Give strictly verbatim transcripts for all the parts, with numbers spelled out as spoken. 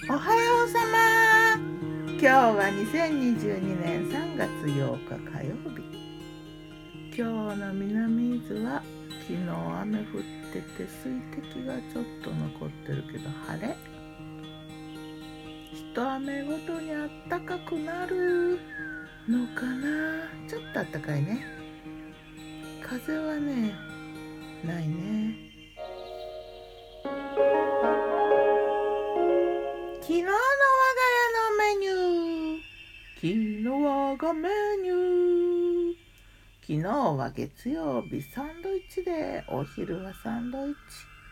おはようさま。今日はにせんにじゅうにねんさんがつようか火曜日。今日の南伊豆は昨日雨降ってて水滴がちょっと残ってるけど晴れ。一雨ごとにあったかくなるのかな。ちょっとあったかいね。風はねないね。昨日の我が家のメニュー。昨日我がメニュー。昨日は月曜日、サンドイッチで、お昼はサンドイッチ。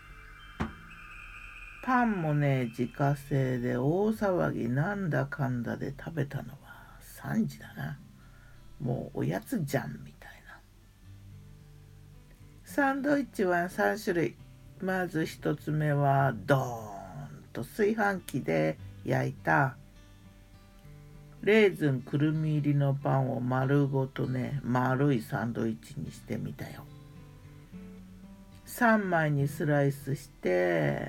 パンもね自家製で大騒ぎ、なんだかんだで食べたのはさんじだな。もうおやつじゃんみたいな。サンドイッチはさんしゅるい。まずひとつめはドーンと炊飯器で焼いたレーズンくるみ入りのパンを丸ごとね丸いサンドイッチにしてみたよ。さんまいにスライスして、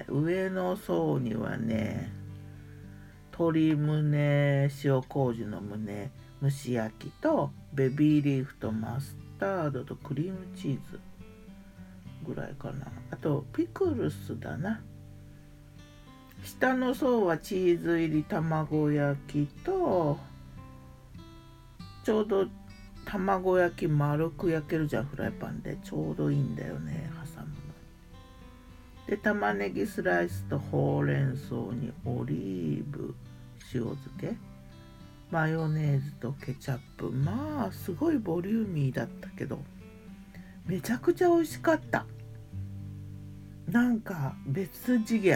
上の層にはね鶏胸、塩麹の胸蒸し焼きとベビーリーフとマスタードとクリームチーズぐらいかな。あとピクルスだな。下の層はチーズ入り卵焼きと、ちょうど卵焼き丸く焼けるじゃん、フライパンで。ちょうどいいんだよね、挟むのに。で玉ねぎスライスとほうれん草にオリーブ、塩漬け、マヨネーズとケチャップ。まあすごいボリューミーだったけどめちゃくちゃ美味しかった。なんか別次元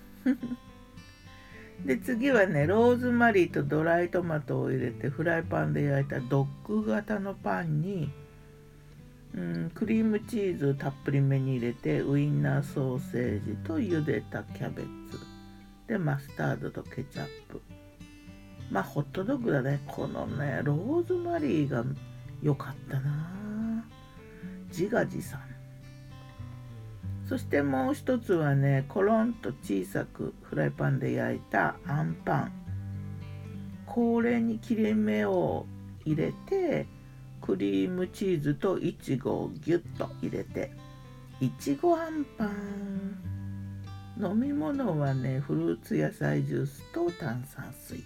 で次はねローズマリーとドライトマトを入れてフライパンで焼いたドッグ型のパンに、うん、クリームチーズたっぷりめに入れて、ウインナーソーセージと茹でたキャベツでマスタードとケチャップ。まあホットドッグだね。このねローズマリーが良かったな。自画自賛。そしてもう一つはねコロンと小さくフライパンで焼いたあんパン。これに切れ目を入れてクリームチーズといちごをギュッと入れて、いちごあんパン。飲み物はねフルーツ野菜ジュースと炭酸水。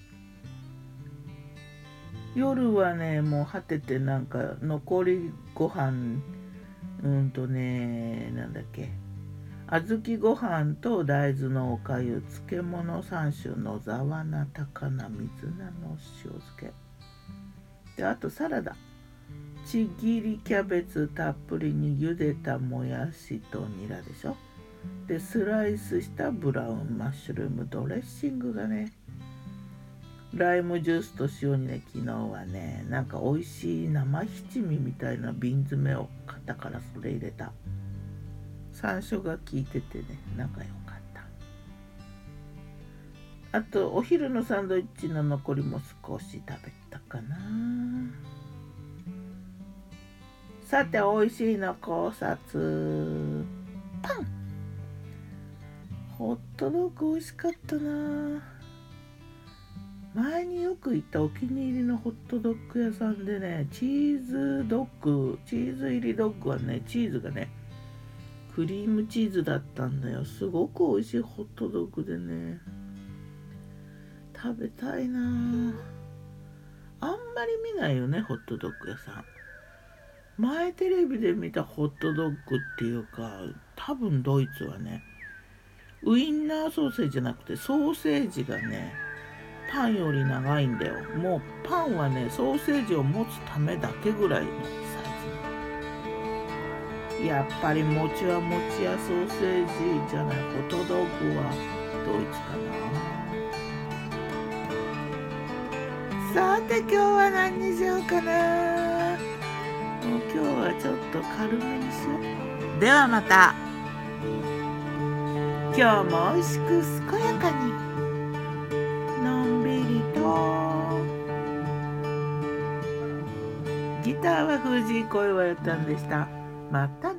夜はねもう果てて、なんか残りご飯うんとねなんだっけ小豆ご飯と大豆のおかゆ、漬物さん種、野沢菜、高菜、水菜の塩漬けで、あとサラダ、ちぎりキャベツたっぷりに茹でたもやしとニラでしょ。でスライスしたブラウンマッシュルームドレッシングがね、ライムジュースと塩にね、昨日はねなんか美味しい生七味みたいな瓶詰めを買ったからそれ入れた。山椒が効いててね仲良かった。あとお昼のサンドイッチの残りも少し食べたかな。さて美味しいの考察。パンホットドッグ美味しかったな。前によく行ったお気に入りのホットドッグ屋さんでね、チーズドッグチーズ入りドッグはね、チーズがねクリームチーズだったんだよ。すごく美味しいホットドッグでね食べたいな。あんまり見ないよねホットドッグ屋さん。前テレビで見たホットドッグっていうか、多分ドイツはねウインナーソーセージじゃなくてソーセージがねパンより長いんだよ。もうパンはねソーセージを持つためだけぐらいのサイズ。やっぱり餅は餅やソーセージじゃない、ホットドッグはドイツかな。さて今日は何にしようかな。もう今日はちょっと軽めにしよう。ではまた。今日も美味しく健やかにのんびりと。ギターは藤井恋はやったんでした。また。